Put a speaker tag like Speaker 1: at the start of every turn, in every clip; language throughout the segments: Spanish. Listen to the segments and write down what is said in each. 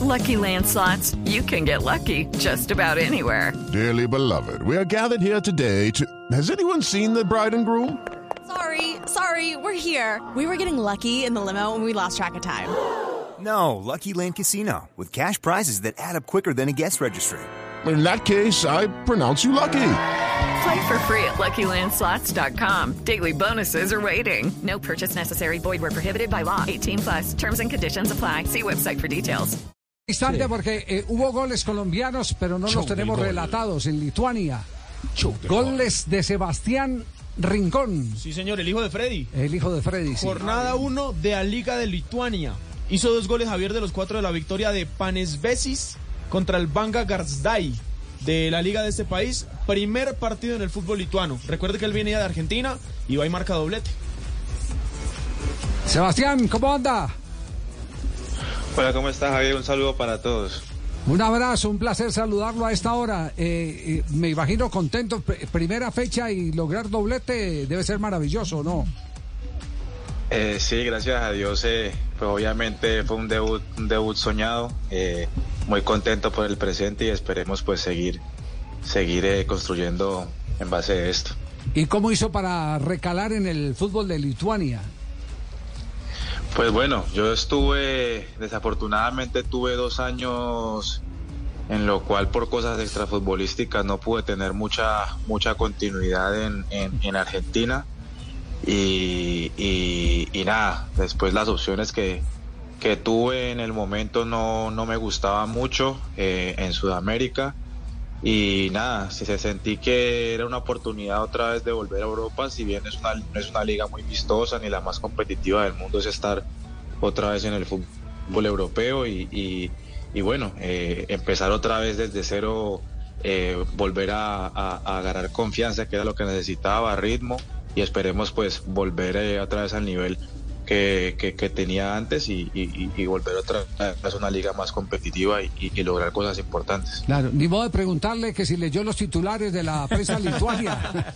Speaker 1: Lucky Land Slots, you can get lucky just about anywhere.
Speaker 2: Dearly beloved, we are gathered here today to... Has anyone seen the bride and groom?
Speaker 3: Sorry, we're here. We were getting lucky in the limo and we lost track of time.
Speaker 4: No, Lucky Land Casino, with cash prizes that add up quicker than a guest registry.
Speaker 2: In that case, I pronounce you lucky.
Speaker 1: Play for free at LuckyLandSlots.com. Daily bonuses are waiting. No purchase necessary. Void where prohibited by law. 18+. Terms and conditions apply. See website for details.
Speaker 5: Instante porque hubo goles colombianos, pero no los tenemos relatados en Lituania. Goles de Sebastián Rincón.
Speaker 6: Sí, señor, el hijo de Freddy.
Speaker 5: El hijo de Freddy, sí.
Speaker 6: Jornada 1 de la Liga de Lituania. Hizo 2 goles Javier de los 4 de la victoria de Panesvesis contra el Banga Garzdai de la liga de este país. Primer partido en el fútbol lituano. Recuerde que él venía de Argentina y va y marca doblete.
Speaker 5: Sebastián, ¿cómo anda?
Speaker 7: Hola, ¿cómo estás, Javier? Un saludo para todos.
Speaker 5: Un abrazo, un placer saludarlo a esta hora. Me imagino contento. Primera fecha y lograr doblete debe ser maravilloso, ¿no?
Speaker 7: Sí, gracias a Dios. Pues obviamente fue un debut soñado. Muy contento por el presente y esperemos pues seguir construyendo en base a esto.
Speaker 5: ¿Y cómo hizo para recalar en el fútbol de Lituania?
Speaker 7: Pues bueno, yo desafortunadamente tuve 2 años en lo cual por cosas extrafutbolísticas no pude tener mucha continuidad en Argentina y nada, después las opciones que tuve en el momento no me gustaban mucho en Sudamérica y nada, se sentí que era una oportunidad otra vez de volver a Europa, si bien no es una liga muy vistosa ni la más competitiva del mundo, es estar otra vez en el fútbol europeo y bueno, empezar otra vez desde cero, volver a agarrar confianza, que era lo que necesitaba, ritmo, y esperemos pues volver otra vez al nivel que tenía antes y volver otra vez a una liga más competitiva y lograr cosas importantes.
Speaker 5: Claro, ni modo de preguntarle que si leyó los titulares de la prensa lituania.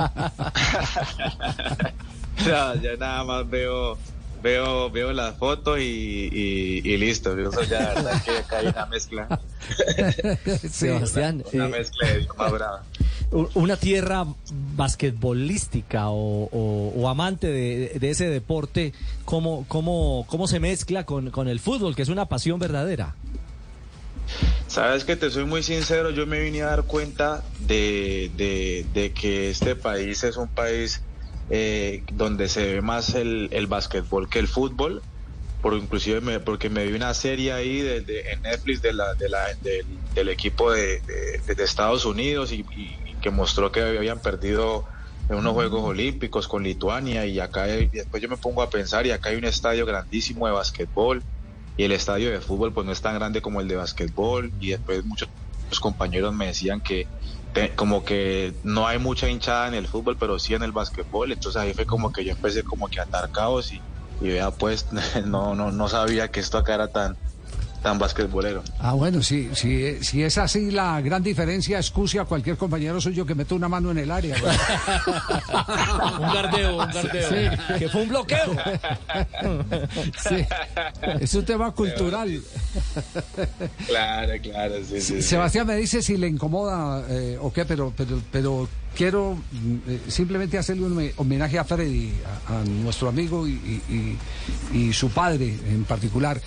Speaker 7: Ya nada más veo las fotos y listo. Eso ya, la verdad que hay una mezcla.
Speaker 8: Sebastián,
Speaker 7: una mezcla de idioma brava.
Speaker 8: Una tierra basquetbolística o amante de ese deporte, ¿cómo se mezcla con el fútbol, que es una pasión verdadera?
Speaker 7: Sabes que te soy muy sincero, yo me vine a dar cuenta de que este país es un país donde se ve más el básquetbol que el fútbol, porque me vi una serie ahí en Netflix del equipo de Estados Unidos y que mostró que habían perdido en unos Juegos Olímpicos con Lituania y después yo me pongo a pensar y acá hay un estadio grandísimo de básquetbol y el estadio de fútbol pues no es tan grande como el de básquetbol y después muchos compañeros me decían que como que no hay mucha hinchada en el fútbol pero sí en el básquetbol, entonces ahí fue como que yo empecé como que a atar cabos y vea pues no sabía que esto acá era tan basquetbolero.
Speaker 5: Ah, bueno, si es así la gran diferencia, excuse a cualquier compañero suyo que mete una mano en el área.
Speaker 8: Un gardeo.
Speaker 5: Sí.
Speaker 8: Que fue un bloqueo.
Speaker 5: Sí. Es un tema cultural.
Speaker 7: Claro, sí.
Speaker 5: Sebastián me dice si le incomoda o qué, pero quiero simplemente hacerle un homenaje a Freddy, a nuestro amigo y su padre en particular.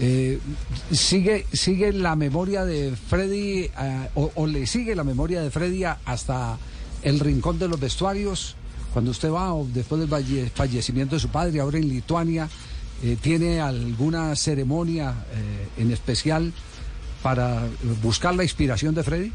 Speaker 5: ¿Sigue la memoria de Freddy o le sigue la memoria de Freddy hasta el rincón de los vestuarios? Cuando usted va o después del fallecimiento de su padre, ahora en Lituania, ¿tiene alguna ceremonia en especial para buscar la inspiración de Freddy?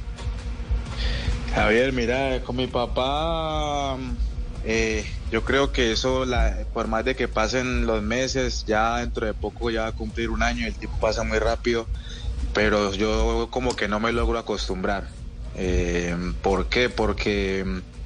Speaker 7: Javier, mira, con mi papá, yo creo que eso, por más de que pasen los meses, ya dentro de poco ya va a cumplir 1 año, el tiempo pasa muy rápido, pero yo como que no me logro acostumbrar. ¿Por qué? Porque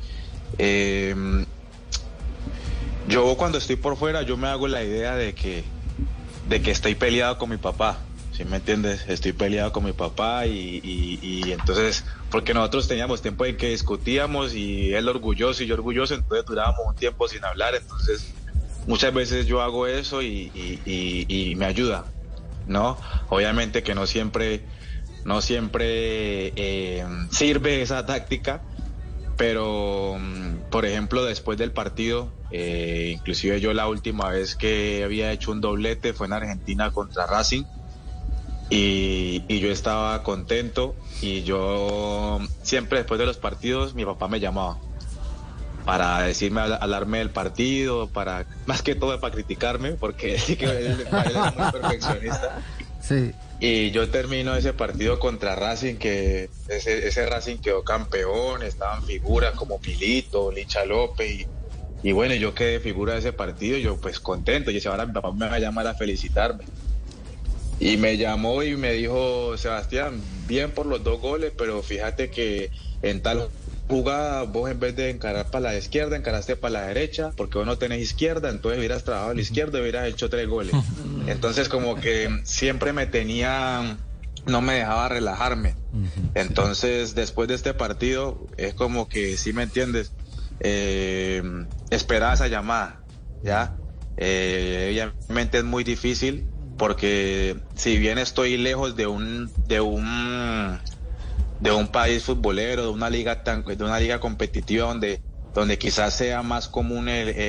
Speaker 7: yo cuando estoy por fuera, yo me hago la idea de que estoy peleado con mi papá. ¿Sí me entiendes? Estoy peleado con mi papá y entonces, porque nosotros teníamos tiempo en que discutíamos y él orgulloso y yo orgulloso, entonces durábamos un tiempo sin hablar, entonces muchas veces yo hago eso y me ayuda ¿no? Obviamente que no siempre sirve esa táctica, pero por ejemplo después del partido, inclusive yo la última vez que había hecho un doblete fue en Argentina contra Racing, y yo estaba contento, y yo siempre después de los partidos mi papá me llamaba para decirme, hablarme del partido, para más que todo para criticarme, porque él es muy perfeccionista. Sí. Y yo termino ese partido contra Racing, que ese Racing quedó campeón, estaban figuras como Milito, Licha López, y bueno, yo quedé figura de ese partido, yo pues contento, y decía, ahora mi papá me va a llamar a felicitarme. Y me llamó y me dijo, Sebastián, bien por los 2 goles, pero fíjate que en tal jugada vos en vez de encarar para la izquierda, encaraste para la derecha, porque vos no tenés izquierda, entonces hubieras trabajado a la izquierda y hubieras hecho 3 goles. Entonces como que siempre no me dejaba relajarme. Entonces después de este partido es como que, ¿sí me entiendes? Esperaba esa llamada, ¿ya? Obviamente es muy difícil, porque si bien estoy lejos de un país futbolero, de una liga competitiva donde quizás sea más común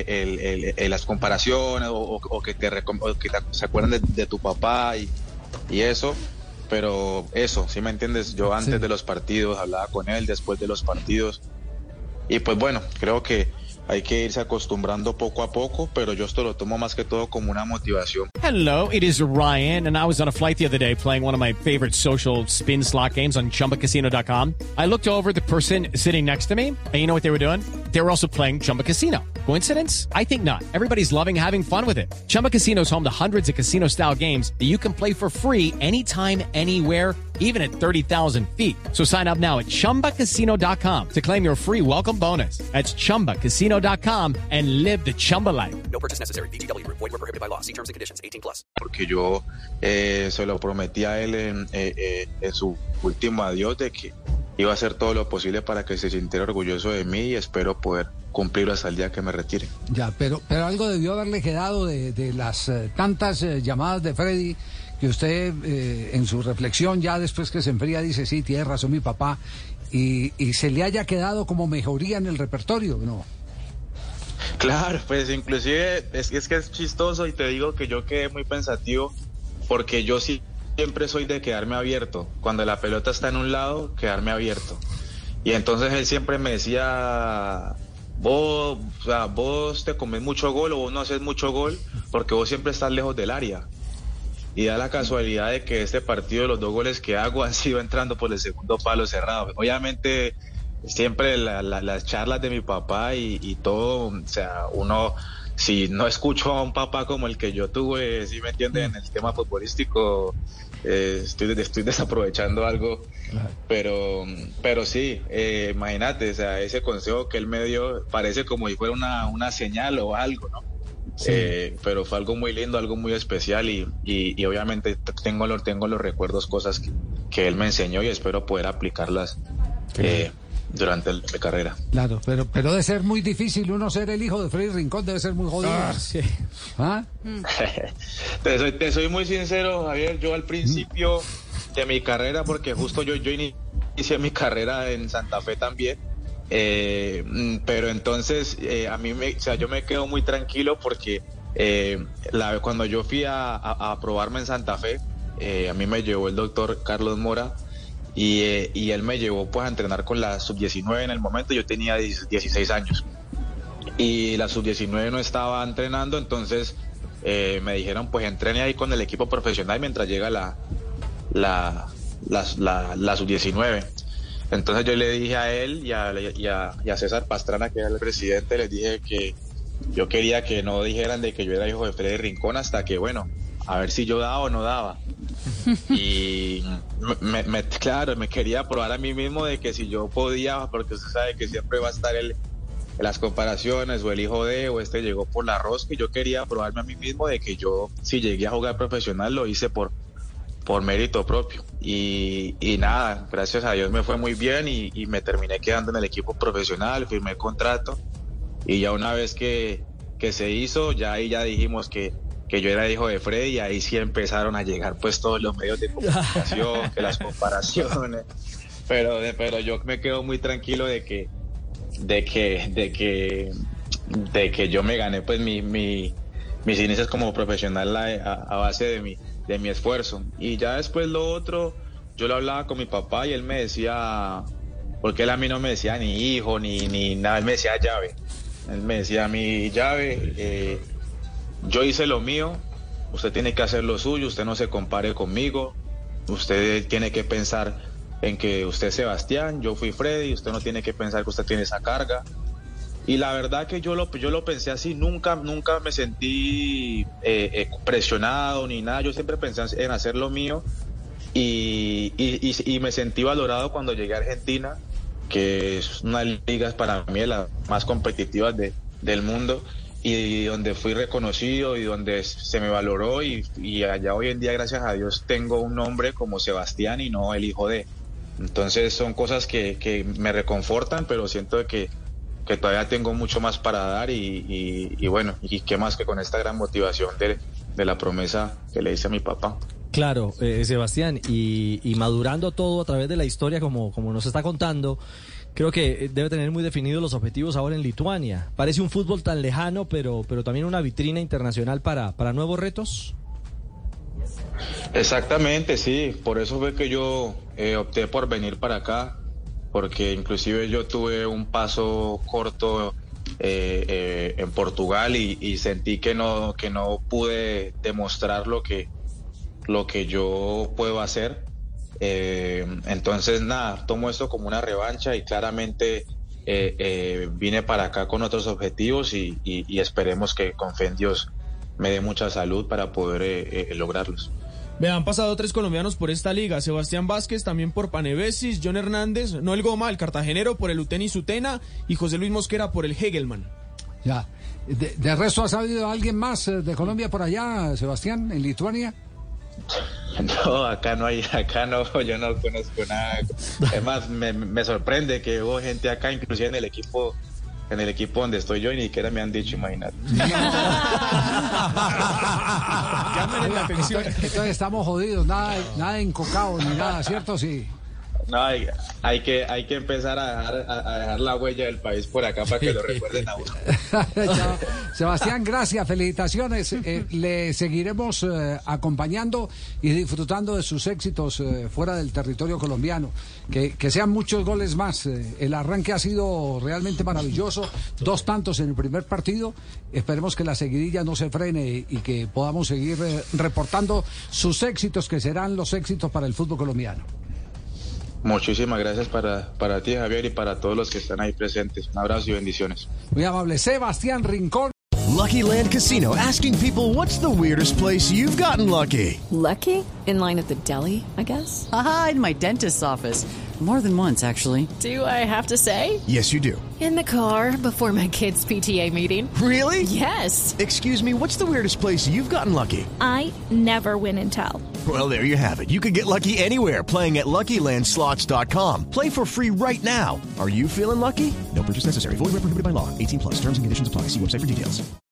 Speaker 7: las comparaciones o que se acuerdan de tu papá y eso, pero eso, ¿sí me entiendes? Yo antes de los partidos hablaba con él, después de los partidos, y pues bueno, creo que hay que irse acostumbrando poco a poco, pero yo esto lo tomo más que todo como una motivación.
Speaker 9: Hello, it is Ryan, and I was on a flight the other day playing one of my favorite social spin slot games on ChumbaCasino.com. I looked over at the person sitting next to me, and you know what they were doing? They were also playing Chumba Casino. Coincidence? I think not. Everybody's loving having fun with it. Chumba Casino is home to hundreds of casino-style games that you can play for free anytime, anywhere, even at 30,000 feet. So sign up now at ChumbaCasino.com to claim your free welcome bonus. That's ChumbaCasino.com and live the Chumba life.
Speaker 10: No purchase necessary. VGW. Void where prohibited by law. See terms and conditions. 18+.
Speaker 7: Porque yo se lo prometí a él en su último adiós, de que iba a hacer todo lo posible para que se sintiera orgulloso de mí, y espero poder cumplirlo hasta el día que me retire.
Speaker 5: Ya, pero algo debió haberle quedado de las tantas llamadas de Freddy, que usted en su reflexión ya después que se enfría dice, sí, tiene razón mi papá, y se le haya quedado como mejoría en el repertorio, ¿no?
Speaker 7: Claro, pues inclusive es que es chistoso, y te digo que yo quedé muy pensativo, porque yo siempre soy de quedarme abierto. Cuando la pelota está en un lado, quedarme abierto. Y entonces él siempre me decía, vos te comes mucho gol, o vos no haces mucho gol, porque vos siempre estás lejos del área. Y da la casualidad de que este partido, los 2 goles que hago han sido entrando por el segundo palo cerrado. Obviamente siempre las charlas de mi papá y todo, o sea, uno, si no escucho a un papá como el que yo tuve, ¿sí me entienden? En el tema futbolístico, estoy desaprovechando algo, claro. Pero sí, imagínate, o sea, ese consejo que él me dio parece como si fuera una señal o algo, ¿no? Sí. Pero fue algo muy lindo, algo muy especial, y obviamente tengo los recuerdos, cosas que él me enseñó, y espero poder aplicarlas durante mi carrera.
Speaker 5: Claro, pero debe ser muy difícil uno ser el hijo de Freddy Rincón, debe ser muy jodido.
Speaker 8: Sí.
Speaker 5: ¿Ah?
Speaker 7: Te soy muy sincero, Javier, yo al principio de mi carrera, porque justo yo inicié mi carrera en Santa Fe también, pero entonces yo me quedo muy tranquilo, porque cuando yo fui a probarme en Santa Fe, a mí me llevó el doctor Carlos Mora, y él me llevó pues a entrenar con la sub-19 en el momento. Yo tenía 16 años y la sub-19 no estaba entrenando, entonces me dijeron pues entrene ahí con el equipo profesional mientras llega la sub-19. Entonces yo le dije a él y a César Pastrana, que era el presidente, les dije que yo quería que no dijeran de que yo era hijo de Freddy Rincón, hasta que, bueno, a ver si yo daba o no daba. Y claro, me quería probar a mí mismo de que si yo podía, porque usted sabe que siempre va a estar las comparaciones, o el hijo de, o este llegó por la rosca, y yo quería probarme a mí mismo de que yo, si llegué a jugar profesional, lo hice por mérito propio. Y nada, gracias a Dios me fue muy bien, y me terminé quedando en el equipo profesional, firmé contrato, y ya una vez que se hizo, ya ahí ya dijimos que que yo era hijo de Freddy, y ahí sí empezaron a llegar pues todos los medios de comunicación, que las comparaciones, pero yo me quedo muy tranquilo de que yo me gané pues mis inicios como profesional a base de mi esfuerzo. Y ya después lo otro, yo lo hablaba con mi papá y él me decía, porque él a mí no me decía ni hijo ni nada, él me decía llave. Él me decía, mi llave, yo hice lo mío, usted tiene que hacer lo suyo, usted no se compare conmigo, usted tiene que pensar en que usted es Sebastián, yo fui Freddy, usted no tiene que pensar que usted tiene esa carga. Y la verdad que yo lo pensé así, nunca me sentí presionado ni nada, yo siempre pensé en hacer lo mío y me sentí valorado cuando llegué a Argentina, que es una de las ligas para mí de las más competitivas del mundo, y donde fui reconocido y donde se me valoró, y allá hoy en día, gracias a Dios, tengo un nombre como Sebastián y no el hijo de. Entonces son cosas que me reconfortan, pero siento que todavía tengo mucho más para dar y bueno, y qué más que con esta gran motivación de la promesa que le hice a mi papá.
Speaker 8: Claro, Sebastián, y madurando todo a través de la historia como nos está contando, creo que debe tener muy definidos los objetivos ahora en Lituania. Parece un fútbol tan lejano, pero también una vitrina internacional para nuevos retos.
Speaker 7: Exactamente, sí, por eso fue que yo opté por venir para acá, porque inclusive yo tuve un paso corto en Portugal y sentí que no pude demostrar lo que yo puedo hacer. Entonces nada, tomo esto como una revancha y claramente vine para acá con otros objetivos y esperemos que con fe en Dios me dé mucha salud para poder lograrlos.
Speaker 6: Vean, han pasado 3 colombianos por esta liga: Sebastián Vázquez también por Panevesis, John Hernández, Noel Goma, el cartagenero, por el Uteni Utena, y José Luis Mosquera por el Hegelman.
Speaker 5: Ya. ¿De resto ha sabido alguien más de Colombia por allá, Sebastián, en Lituania?
Speaker 7: No, acá no, yo no conozco nada. Además, me sorprende que hubo gente acá, inclusive en el equipo donde estoy yo, y ni siquiera me han dicho, imagínate.
Speaker 5: Entonces estamos jodidos, nada encocado ni nada, ¿cierto? Sí.
Speaker 7: No, hay que empezar a dejar la huella del país por acá para que lo recuerden a uno.
Speaker 5: Sebastián, gracias, felicitaciones. Le seguiremos acompañando y disfrutando de sus éxitos fuera del territorio colombiano. Que sean muchos goles más. El arranque ha sido realmente maravilloso. 2 tantos en el primer partido. Esperemos que la seguidilla no se frene y que podamos seguir reportando sus éxitos, que serán los éxitos para el fútbol colombiano.
Speaker 7: Muchísimas gracias para ti, Javier, y para todos los que están ahí presentes. Un abrazo y bendiciones.
Speaker 5: Muy amable. Sebastián Rincón.
Speaker 11: Lucky Land Casino, asking people, what's the weirdest place you've gotten lucky?
Speaker 12: Lucky? In line at the deli, I guess?
Speaker 13: Aha, in my dentist's office. More than once, actually.
Speaker 12: Do I have to say?
Speaker 11: Yes, you do.
Speaker 12: In the car before my kids' PTA meeting.
Speaker 11: Really?
Speaker 12: Yes.
Speaker 11: Excuse me, what's the weirdest place you've gotten lucky?
Speaker 14: I never win and tell.
Speaker 11: Well, there you have it. You can get lucky anywhere, playing at LuckyLandSlots.com. Play for free right now. Are you feeling lucky? No purchase necessary. Void where prohibited by law. 18+. Terms and conditions apply. See website for details.